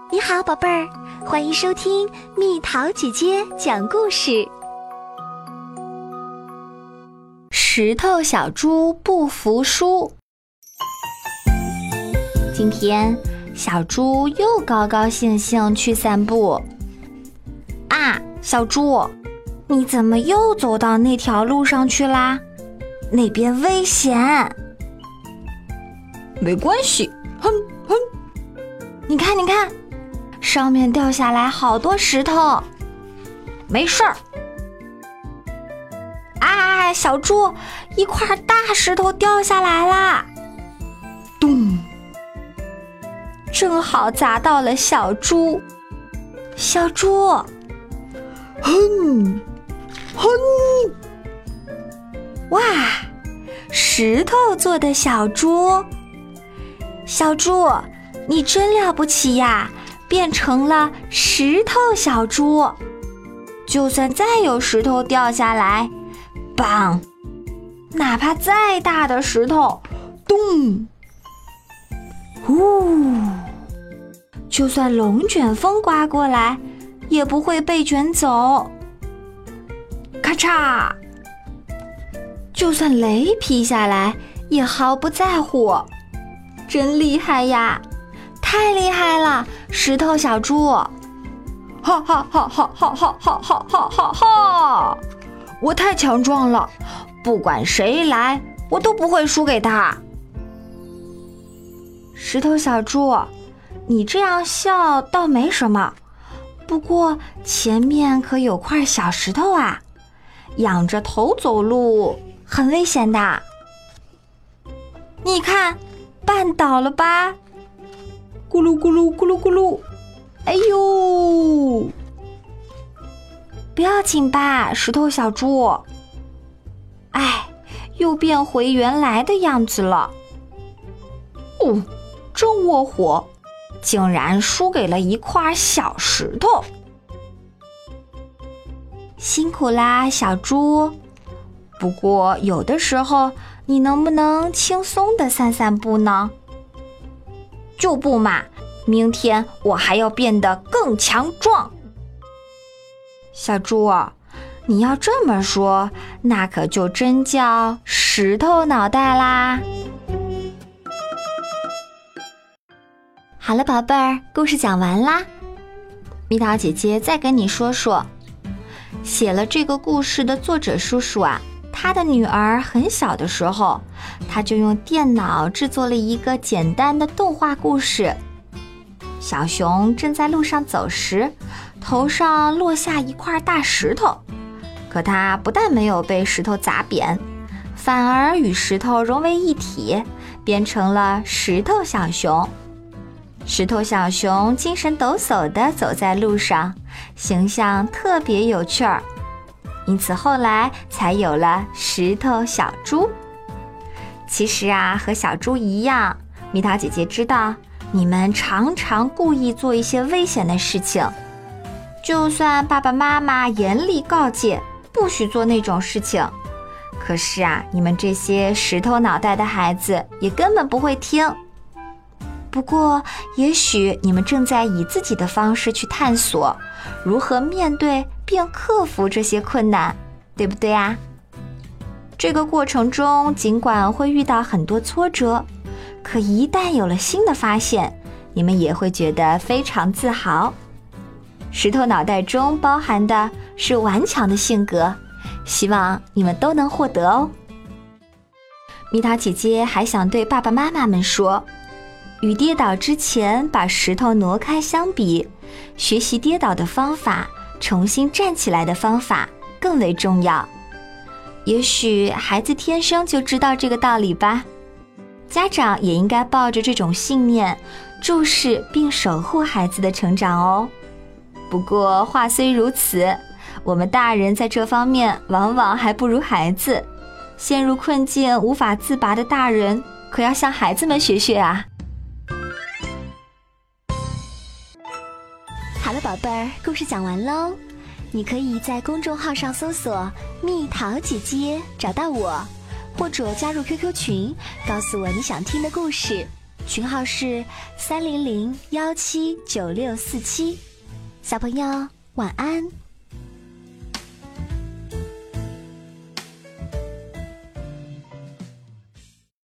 你好，宝贝儿，欢迎收听蜜桃姐姐讲故事。石头小猪不服输。今天小猪又高高兴兴去散步。啊，小猪，你怎么又走到那条路上去啦？那边危险。 没关系，哼哼。 你看，上面掉下来好多石头。没事儿。啊，小猪，一块大石头掉下来啦！ 咚！ 正好砸到了小猪。小猪， 哼哼！ 哇，石头做的小猪！小猪，你真了不起呀，变成了石头小猪。就算再有石头掉下来，棒！哪怕再大的石头，咚！呼！就算龙卷风刮过来，也不会被卷走。咔嚓！就算雷劈下来，也毫不在乎。真厉害呀！太厉害了，石头小猪！哈哈哈哈哈哈哈哈哈哈！我太强壮了，不管谁来，我都不会输给他。石头小猪，你这样笑倒没什么，不过前面可有块小石头啊，仰着头走路很危险的。你看，绊倒了吧？咕噜咕噜咕噜咕噜，哎呦！不要紧吧，石头小猪。哎，又变回原来的样子了。哦，真窝火，竟然输给了一块小石头。辛苦啦，小猪。不过有的时候，你能不能轻松地散散步呢？就不嘛，明天我还要变得更强壮。小猪，你要这么说，那可就真叫石头脑袋啦。好了，宝贝儿，故事讲完啦。蜜桃姐姐再跟你说说，写了这个故事的作者叔叔啊，他的女儿很小的时候，他就用电脑制作了一个简单的动画故事。小熊正在路上走时，头上落下一块大石头，可他不但没有被石头砸扁，反而与石头融为一体，变成了石头小熊。石头小熊精神抖擞地走在路上，形象特别有趣儿，因此后来才有了石头小猪。其实啊，和小猪一样，蜜桃姐姐知道你们常常故意做一些危险的事情，就算爸爸妈妈严厉告诫不许做那种事情，可是啊，你们这些石头脑袋的孩子也根本不会听。不过也许你们正在以自己的方式去探索如何面对并克服这些困难，对不对啊？这个过程中尽管会遇到很多挫折，可一旦有了新的发现，你们也会觉得非常自豪。石头脑袋中包含的是顽强的性格，希望你们都能获得哦。蜜桃姐姐还想对爸爸妈妈们说，与跌倒之前把石头挪开相比，学习跌倒的方法，重新站起来的方法更为重要。也许孩子天生就知道这个道理吧，家长也应该抱着这种信念，注视并守护孩子的成长哦。不过话虽如此，我们大人在这方面往往还不如孩子，陷入困境无法自拔的大人，可要向孩子们学学啊。好了，宝贝儿，故事讲完喽。你可以在公众号上搜索蜜桃姐姐找到我，或者加入 QQ 群，告诉我你想听的故事。 群号是300179647。小朋友，晚安。